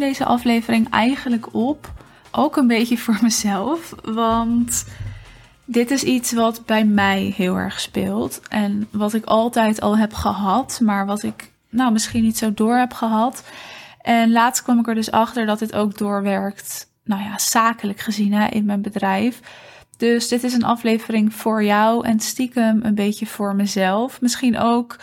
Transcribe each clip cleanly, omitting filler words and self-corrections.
deze aflevering eigenlijk op, ook een beetje voor mezelf, want dit is iets wat bij mij heel erg speelt en wat ik altijd al heb gehad, maar wat ik misschien niet zo door heb gehad. En laatst kwam ik er dus achter dat dit ook doorwerkt, zakelijk gezien in mijn bedrijf. Dus dit is een aflevering voor jou en stiekem een beetje voor mezelf. Misschien ook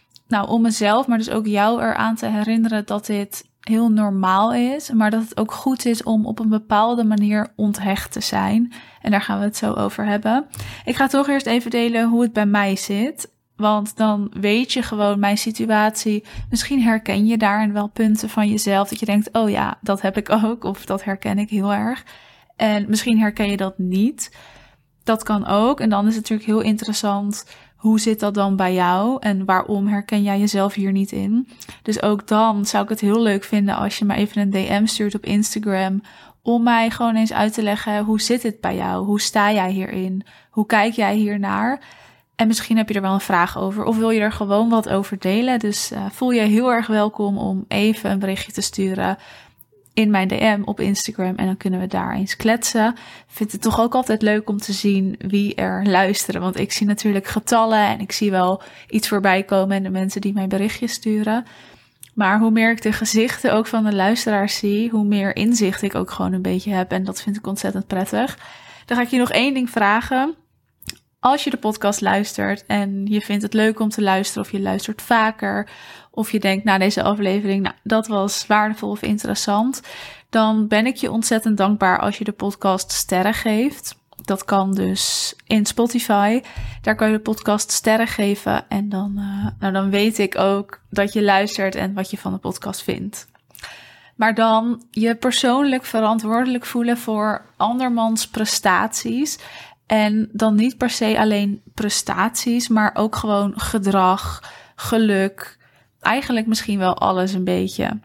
om mezelf, maar dus ook jou eraan te herinneren dat dit heel normaal is. Maar dat het ook goed is om op een bepaalde manier onthecht te zijn. En daar gaan we het zo over hebben. Ik ga toch eerst even delen hoe het bij mij zit. Want dan weet je gewoon mijn situatie. Misschien herken je daarin wel punten van jezelf. Dat je denkt, oh ja, dat heb ik ook. Of dat herken ik heel erg. En misschien herken je dat niet. Dat kan ook. En dan is het natuurlijk heel interessant. Hoe zit dat dan bij jou? En waarom herken jij jezelf hier niet in? Dus ook dan zou ik het heel leuk vinden als je me even een DM stuurt op Instagram. Om mij gewoon eens uit te leggen, hoe zit het bij jou? Hoe sta jij hierin? Hoe kijk jij hiernaar? En misschien heb je er wel een vraag over. Of wil je er gewoon wat over delen? Dus voel je heel erg welkom om even een berichtje te sturen in mijn DM op Instagram. En dan kunnen we daar eens kletsen. Ik vind het toch ook altijd leuk om te zien wie er luisteren. Want ik zie natuurlijk getallen en ik zie wel iets voorbij komen en de mensen die mij berichtjes sturen. Maar hoe meer ik de gezichten ook van de luisteraars zie, hoe meer inzicht ik ook gewoon een beetje heb. En dat vind ik ontzettend prettig. Dan ga ik je nog 1 ding vragen. Als je de podcast luistert en je vindt het leuk om te luisteren of je luistert vaker, of je denkt na deze aflevering, dat was waardevol of interessant, dan ben ik je ontzettend dankbaar als je de podcast sterren geeft. Dat kan dus in Spotify. Daar kan je de podcast sterren geven en dan weet ik ook dat je luistert en wat je van de podcast vindt. Maar dan je persoonlijk verantwoordelijk voelen voor andermans prestaties. En dan niet per se alleen prestaties, maar ook gewoon gedrag, geluk. Eigenlijk misschien wel alles een beetje.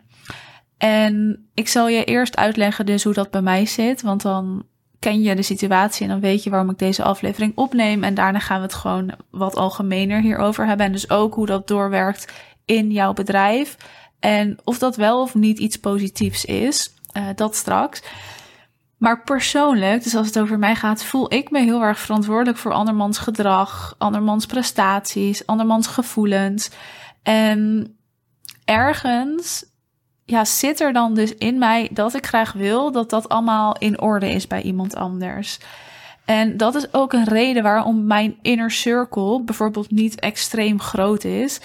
En ik zal je eerst uitleggen dus hoe dat bij mij zit. Want dan ken je de situatie en dan weet je waarom ik deze aflevering opneem. En daarna gaan we het gewoon wat algemener hierover hebben. En dus ook hoe dat doorwerkt in jouw bedrijf. En of dat wel of niet iets positiefs is. Dat straks. Maar persoonlijk, dus als het over mij gaat, voel ik me heel erg verantwoordelijk voor andermans gedrag, andermans prestaties, andermans gevoelens. En ergens zit er dan dus in mij dat ik graag wil dat dat allemaal in orde is bij iemand anders. En dat is ook een reden waarom mijn inner circle bijvoorbeeld niet extreem groot is.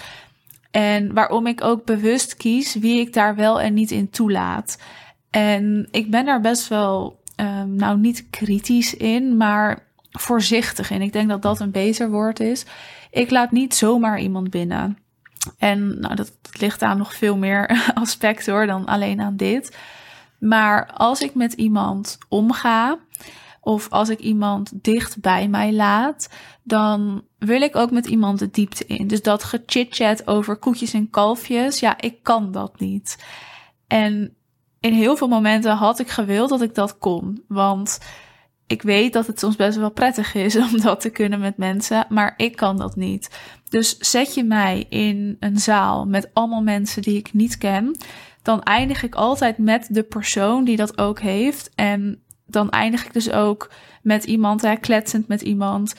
En waarom ik ook bewust kies wie ik daar wel en niet in toelaat. En ik ben daar best wel, niet kritisch in, maar voorzichtig in. Ik denk dat dat een beter woord is. Ik laat niet zomaar iemand binnen. En dat ligt aan nog veel meer aspecten hoor, dan alleen aan dit. Maar als ik met iemand omga, of als ik iemand dicht bij mij laat, dan wil ik ook met iemand de diepte in. Dus dat gechitchat over koetjes en kalfjes, ik kan dat niet. En in heel veel momenten had ik gewild dat ik dat kon. Want ik weet dat het soms best wel prettig is om dat te kunnen met mensen. Maar ik kan dat niet. Dus zet je mij in een zaal met allemaal mensen die ik niet ken, dan eindig ik altijd met de persoon die dat ook heeft. En dan eindig ik dus ook met iemand, kletsend met iemand,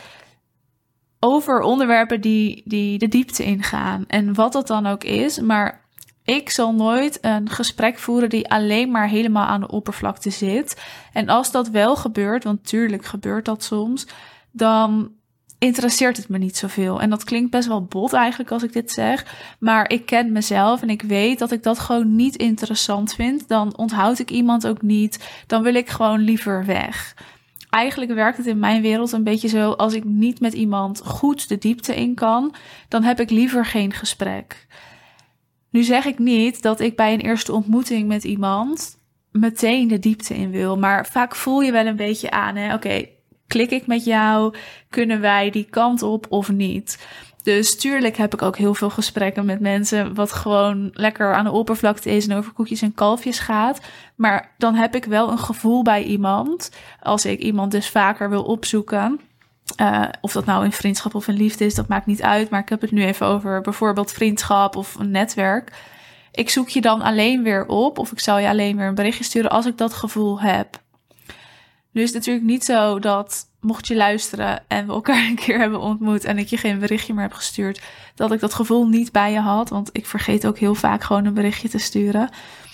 over onderwerpen die de diepte ingaan. En wat dat dan ook is, maar ik zal nooit een gesprek voeren die alleen maar helemaal aan de oppervlakte zit. En als dat wel gebeurt, want tuurlijk gebeurt dat soms, dan interesseert het me niet zoveel. En dat klinkt best wel bot eigenlijk als ik dit zeg. Maar ik ken mezelf en ik weet dat ik dat gewoon niet interessant vind. Dan onthoud ik iemand ook niet. Dan wil ik gewoon liever weg. Eigenlijk werkt het in mijn wereld een beetje zo, als ik niet met iemand goed de diepte in kan, dan heb ik liever geen gesprek. Nu zeg ik niet dat ik bij een eerste ontmoeting met iemand meteen de diepte in wil. Maar vaak voel je wel een beetje aan, oké, klik ik met jou? Kunnen wij die kant op of niet? Dus tuurlijk heb ik ook heel veel gesprekken met mensen wat gewoon lekker aan de oppervlakte is en over koetjes en kalfjes gaat. Maar dan heb ik wel een gevoel bij iemand, als ik iemand dus vaker wil opzoeken. Of dat nou in vriendschap of in liefde is, dat maakt niet uit. Maar ik heb het nu even over bijvoorbeeld vriendschap of een netwerk. ik zoek je dan alleen weer op of ik zal je alleen weer een berichtje sturen als ik dat gevoel heb. Nu is het natuurlijk niet zo dat, mocht je luisteren en we elkaar een keer hebben ontmoet en ik je geen berichtje meer heb gestuurd, dat ik dat gevoel niet bij je had. Want ik vergeet ook heel vaak gewoon een berichtje te sturen.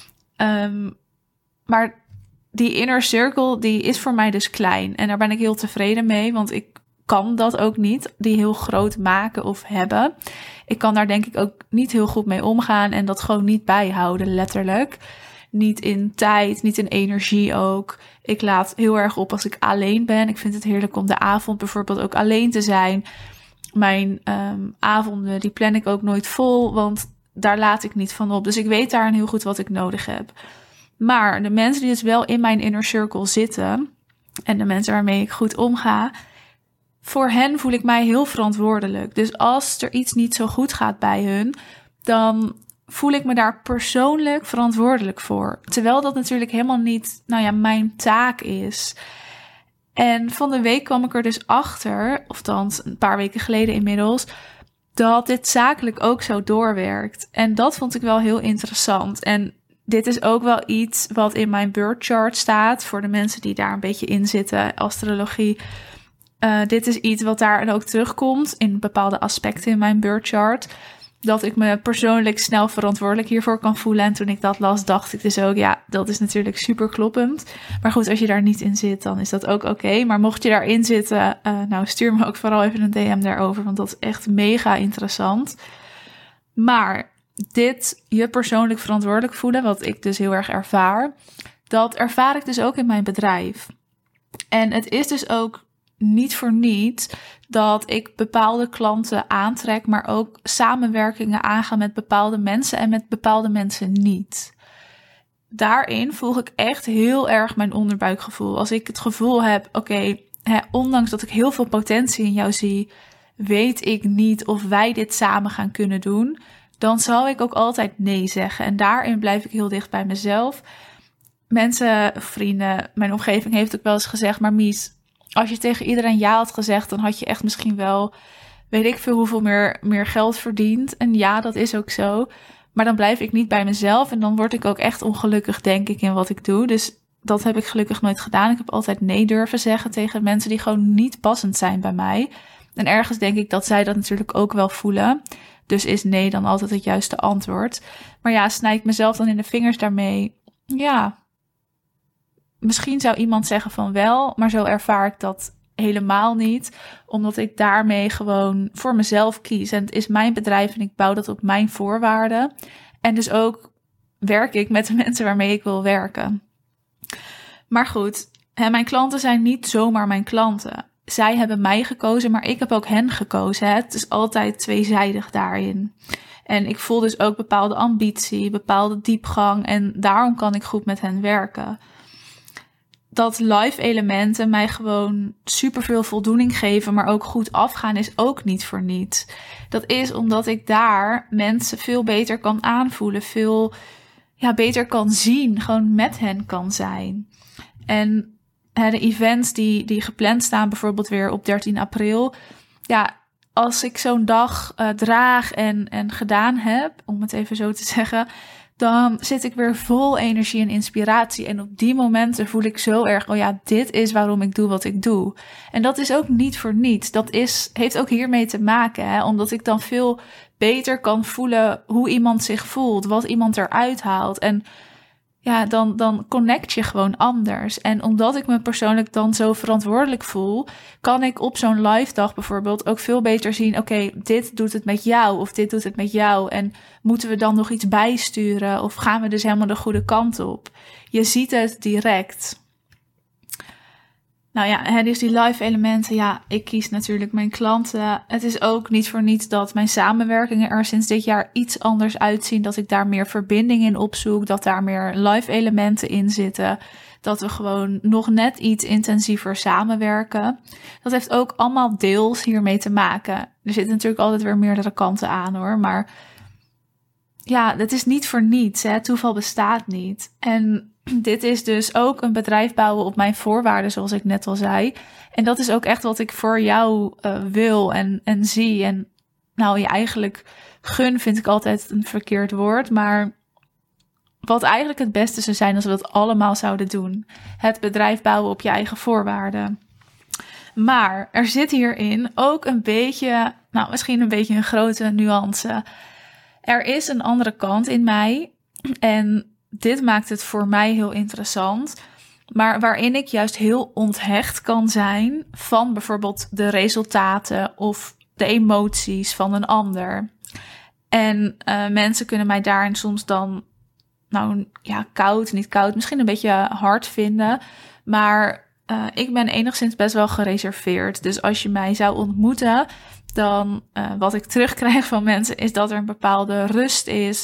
Maar die inner circle, die is voor mij dus klein. En daar ben ik heel tevreden mee, want ik kan dat ook niet, die heel groot maken of hebben. Ik kan daar denk ik ook niet heel goed mee omgaan en dat gewoon niet bijhouden, letterlijk. Niet in tijd, niet in energie ook. Ik laat heel erg op als ik alleen ben. Ik vind het heerlijk om de avond bijvoorbeeld ook alleen te zijn. Mijn avonden, die plan ik ook nooit vol, want daar laat ik niet van op. Dus ik weet daarin heel goed wat ik nodig heb. Maar de mensen die dus wel in mijn inner circle zitten en de mensen waarmee ik goed omga, voor hen voel ik mij heel verantwoordelijk. Dus als er iets niet zo goed gaat bij hun, dan voel ik me daar persoonlijk verantwoordelijk voor. Terwijl dat natuurlijk helemaal niet, mijn taak is. En van de week kwam ik er dus achter, of althans een paar weken geleden inmiddels, dat dit zakelijk ook zo doorwerkt. En dat vond ik wel heel interessant. En dit is ook wel iets wat in mijn birth chart staat, voor de mensen die daar een beetje in zitten, astrologie. Dit is iets wat daar ook terugkomt in bepaalde aspecten in mijn birth chart. Dat ik me persoonlijk snel verantwoordelijk hiervoor kan voelen. En toen ik dat las, dacht ik dus ook, ja, dat is natuurlijk super kloppend. Maar goed, als je daar niet in zit, dan is dat ook oké. Maar mocht je daarin zitten, stuur me ook vooral even een DM daarover. Want dat is echt mega interessant. Maar dit je persoonlijk verantwoordelijk voelen, wat ik dus heel erg ervaar, dat ervaar ik dus ook in mijn bedrijf. En het is dus ook niet voor niets dat ik bepaalde klanten aantrek, maar ook samenwerkingen aanga met bepaalde mensen en met bepaalde mensen niet. Daarin volg ik echt heel erg mijn onderbuikgevoel. Als ik het gevoel heb, ondanks dat ik heel veel potentie in jou zie, weet ik niet of wij dit samen gaan kunnen doen, dan zal ik ook altijd nee zeggen. En daarin blijf ik heel dicht bij mezelf. Mensen, vrienden, mijn omgeving heeft ook wel eens gezegd, maar Mies, als je tegen iedereen ja had gezegd, dan had je echt misschien wel, weet ik veel hoeveel meer geld verdiend. En ja, dat is ook zo. Maar dan blijf ik niet bij mezelf en dan word ik ook echt ongelukkig, denk ik, in wat ik doe. Dus dat heb ik gelukkig nooit gedaan. Ik heb altijd nee durven zeggen tegen mensen die gewoon niet passend zijn bij mij. En ergens denk ik dat zij dat natuurlijk ook wel voelen. Dus is nee dan altijd het juiste antwoord. Maar ja, snij ik mezelf dan in de vingers daarmee? Ja, misschien zou iemand zeggen van wel, maar zo ervaar ik dat helemaal niet. Omdat ik daarmee gewoon voor mezelf kies. En het is mijn bedrijf en ik bouw dat op mijn voorwaarden. En dus ook werk ik met de mensen waarmee ik wil werken. Maar goed, mijn klanten zijn niet zomaar mijn klanten. Zij hebben mij gekozen, maar ik heb ook hen gekozen. Het is altijd tweezijdig daarin. En ik voel dus ook bepaalde ambitie, bepaalde diepgang. En daarom kan ik goed met hen werken. Dat live elementen mij gewoon superveel voldoening geven, maar ook goed afgaan, is ook niet voor niets. Dat is omdat ik daar mensen veel beter kan aanvoelen, veel beter kan zien, gewoon met hen kan zijn. En de events die gepland staan, bijvoorbeeld weer op 13 april. Ja, als ik zo'n dag draag en gedaan heb, om het even zo te zeggen, dan zit ik weer vol energie en inspiratie. En op die momenten voel ik zo erg, dit is waarom ik doe wat ik doe. En dat is ook niet voor niets. Dat heeft ook hiermee te maken, omdat ik dan veel beter kan voelen hoe iemand zich voelt, wat iemand eruit haalt. En ja, dan connect je gewoon anders. En omdat ik me persoonlijk dan zo verantwoordelijk voel, kan ik op zo'n live dag bijvoorbeeld ook veel beter zien, dit doet het met jou of dit doet het met jou. En moeten we dan nog iets bijsturen of gaan we dus helemaal de goede kant op? Je ziet het direct. Nou ja, dus die live elementen, ik kies natuurlijk mijn klanten. Het is ook niet voor niets dat mijn samenwerkingen er sinds dit jaar iets anders uitzien. Dat ik daar meer verbinding in opzoek, dat daar meer live elementen in zitten. Dat we gewoon nog net iets intensiever samenwerken. Dat heeft ook allemaal deels hiermee te maken. Er zitten natuurlijk altijd weer meerdere kanten aan hoor, maar ja, dat is niet voor niets. Toeval bestaat niet. En dit is dus ook een bedrijf bouwen op mijn voorwaarden, zoals ik net al zei. En dat is ook echt wat ik voor jou wil en zie. En je eigenlijk gun vind ik altijd een verkeerd woord. Maar Wat eigenlijk het beste zou zijn als we dat allemaal zouden doen. Het bedrijf bouwen op je eigen voorwaarden. Maar er zit hierin ook een beetje, misschien een beetje een grote nuance. Er is een andere kant in mij. En dit maakt het voor mij heel interessant. Maar waarin ik juist heel onthecht kan zijn van bijvoorbeeld de resultaten of de emoties van een ander. En mensen kunnen mij daarin soms dan, niet koud, misschien een beetje hard vinden. Maar ik ben enigszins best wel gereserveerd. Dus als je mij zou ontmoeten, dan wat ik terugkrijg van mensen is dat er een bepaalde rust is.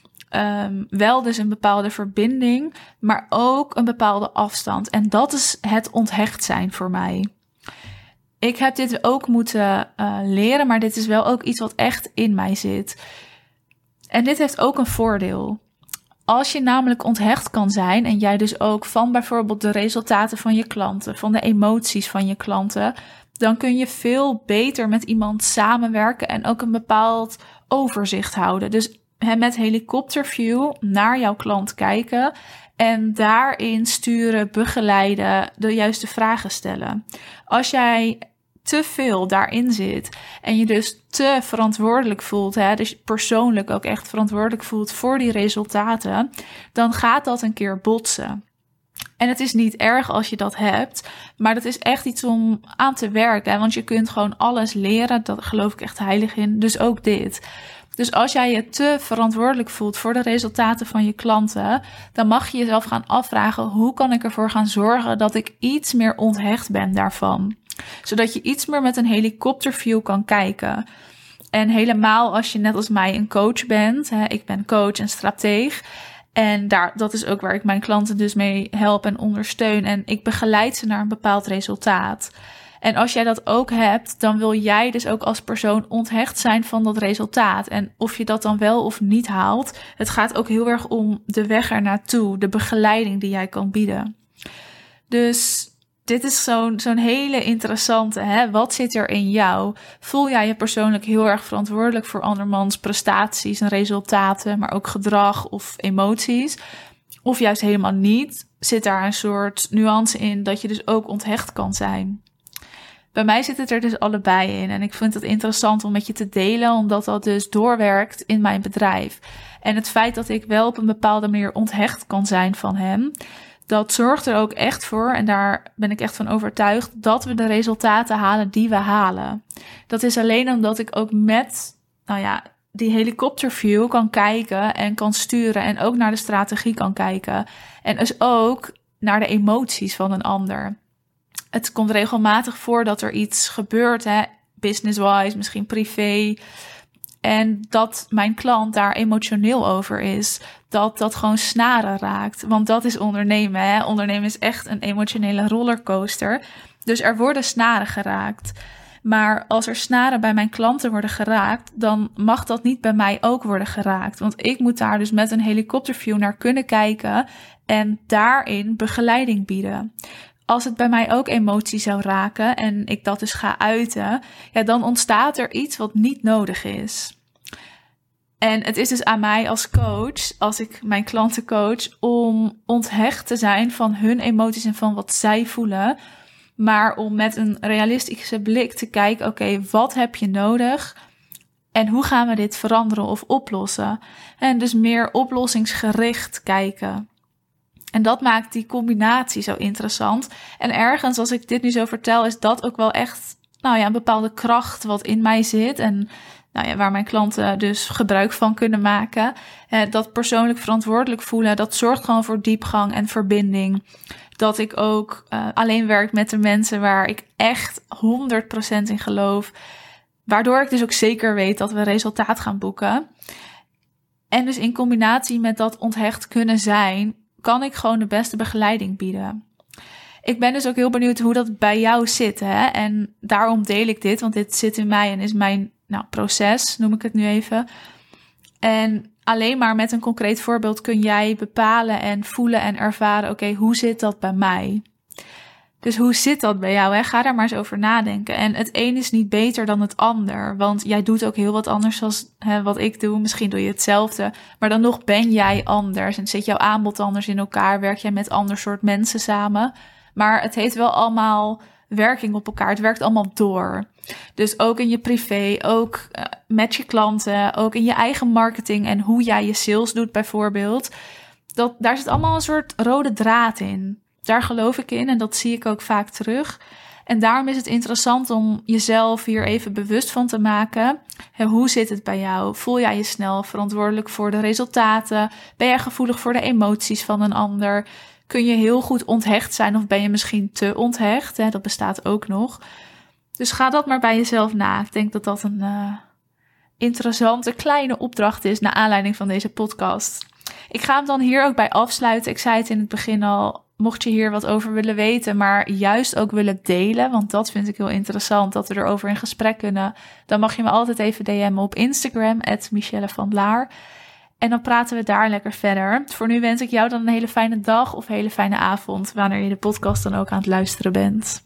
Wel dus een bepaalde verbinding, maar ook een bepaalde afstand. En dat is het onthecht zijn voor mij. Ik heb dit ook moeten leren, maar dit is wel ook iets wat echt in mij zit. En dit heeft ook een voordeel. Als je namelijk onthecht kan zijn en jij dus ook van bijvoorbeeld de resultaten van je klanten, van de emoties van je klanten, dan kun je veel beter met iemand samenwerken en ook een bepaald overzicht houden. Dus met helikopterview naar jouw klant kijken en daarin sturen, begeleiden, de juiste vragen stellen. Als jij te veel daarin zit en je dus te verantwoordelijk voelt, dus persoonlijk ook echt verantwoordelijk voelt voor die resultaten, dan gaat dat een keer botsen. En het is niet erg als je dat hebt, maar dat is echt iets om aan te werken, want je kunt gewoon alles leren, daar geloof ik echt heilig in, dus ook dit. Dus als jij je te verantwoordelijk voelt voor de resultaten van je klanten, dan mag je jezelf gaan afvragen, hoe kan ik ervoor gaan zorgen dat ik iets meer onthecht ben daarvan? Zodat je iets meer met een helikopterview kan kijken. En helemaal als je net als mij een coach bent, ik ben coach en strateeg. En dat is ook waar ik mijn klanten dus mee help en ondersteun. En ik begeleid ze naar een bepaald resultaat. En als jij dat ook hebt, dan wil jij dus ook als persoon onthecht zijn van dat resultaat. En of je dat dan wel of niet haalt, het gaat ook heel erg om de weg ernaartoe, de begeleiding die jij kan bieden. Dus dit is zo'n hele interessante, wat zit er in jou? Voel jij je persoonlijk heel erg verantwoordelijk voor andermans prestaties en resultaten, maar ook gedrag of emoties? Of juist helemaal niet? Zit daar een soort nuance in dat je dus ook onthecht kan zijn? Bij mij zit het er dus allebei in. En ik vind het interessant om met je te delen, omdat dat dus doorwerkt in mijn bedrijf. En het feit dat ik wel op een bepaalde manier onthecht kan zijn van hem, dat zorgt er ook echt voor, en daar ben ik echt van overtuigd, dat we de resultaten halen die we halen. Dat is alleen omdat ik ook met, die helikopterview kan kijken en kan sturen en ook naar de strategie kan kijken. En dus ook naar de emoties van een ander. Het komt regelmatig voor dat er iets gebeurt, business-wise, misschien privé. En dat mijn klant daar emotioneel over is. Dat gewoon snaren raakt. Want dat is ondernemen. Ondernemen is echt een emotionele rollercoaster. Dus er worden snaren geraakt. Maar als er snaren bij mijn klanten worden geraakt, dan mag dat niet bij mij ook worden geraakt. Want ik moet daar dus met een helikopterview naar kunnen kijken en daarin begeleiding bieden. Als het bij mij ook emotie zou raken en ik dat dus ga uiten, dan ontstaat er iets wat niet nodig is. En het is dus aan mij als coach, als ik mijn klanten coach, om onthecht te zijn van hun emoties en van wat zij voelen. Maar om met een realistische blik te kijken, oké, wat heb je nodig? En hoe gaan we dit veranderen of oplossen? En dus meer oplossingsgericht kijken. En dat maakt die combinatie zo interessant. En ergens, als ik dit nu zo vertel, is dat ook wel echt een bepaalde kracht wat in mij zit. En waar mijn klanten dus gebruik van kunnen maken. Dat persoonlijk verantwoordelijk voelen, dat zorgt gewoon voor diepgang en verbinding. Dat ik ook alleen werk met de mensen waar ik echt 100% in geloof. Waardoor ik dus ook zeker weet dat we resultaat gaan boeken. En dus in combinatie met dat onthecht kunnen zijn, kan ik gewoon de beste begeleiding bieden. Ik ben dus ook heel benieuwd hoe dat bij jou zit. En daarom deel ik dit, want dit zit in mij en is mijn proces, noem ik het nu even. En alleen maar met een concreet voorbeeld kun jij bepalen en voelen en ervaren, oké, hoe zit dat bij mij? Dus hoe zit dat bij jou? Hè? Ga daar maar eens over nadenken. En het een is niet beter dan het ander. Want jij doet ook heel wat anders dan wat ik doe. Misschien doe je hetzelfde. Maar dan nog ben jij anders. En zit jouw aanbod anders in elkaar. Werk jij met ander soort mensen samen. Maar het heeft wel allemaal werking op elkaar. Het werkt allemaal door. Dus ook in je privé, ook met je klanten. Ook in je eigen marketing en hoe jij je sales doet bijvoorbeeld. Daar zit allemaal een soort rode draad in. Daar geloof ik in en dat zie ik ook vaak terug. En daarom is het interessant om jezelf hier even bewust van te maken. Hoe zit het bij jou? Voel jij je snel verantwoordelijk voor de resultaten? Ben jij gevoelig voor de emoties van een ander? Kun je heel goed onthecht zijn of ben je misschien te onthecht? Dat bestaat ook nog. Dus ga dat maar bij jezelf na. Ik denk dat dat een interessante kleine opdracht is naar aanleiding van deze podcast. Ik ga hem dan hier ook bij afsluiten. Ik zei het in het begin al, mocht je hier wat over willen weten, maar juist ook willen delen, want dat vind ik heel interessant, dat we erover in gesprek kunnen, dan mag je me altijd even DM'en op Instagram, @MichelleVanLaar. En dan praten we daar lekker verder. Voor nu wens ik jou dan een hele fijne dag of een hele fijne avond, wanneer je de podcast dan ook aan het luisteren bent.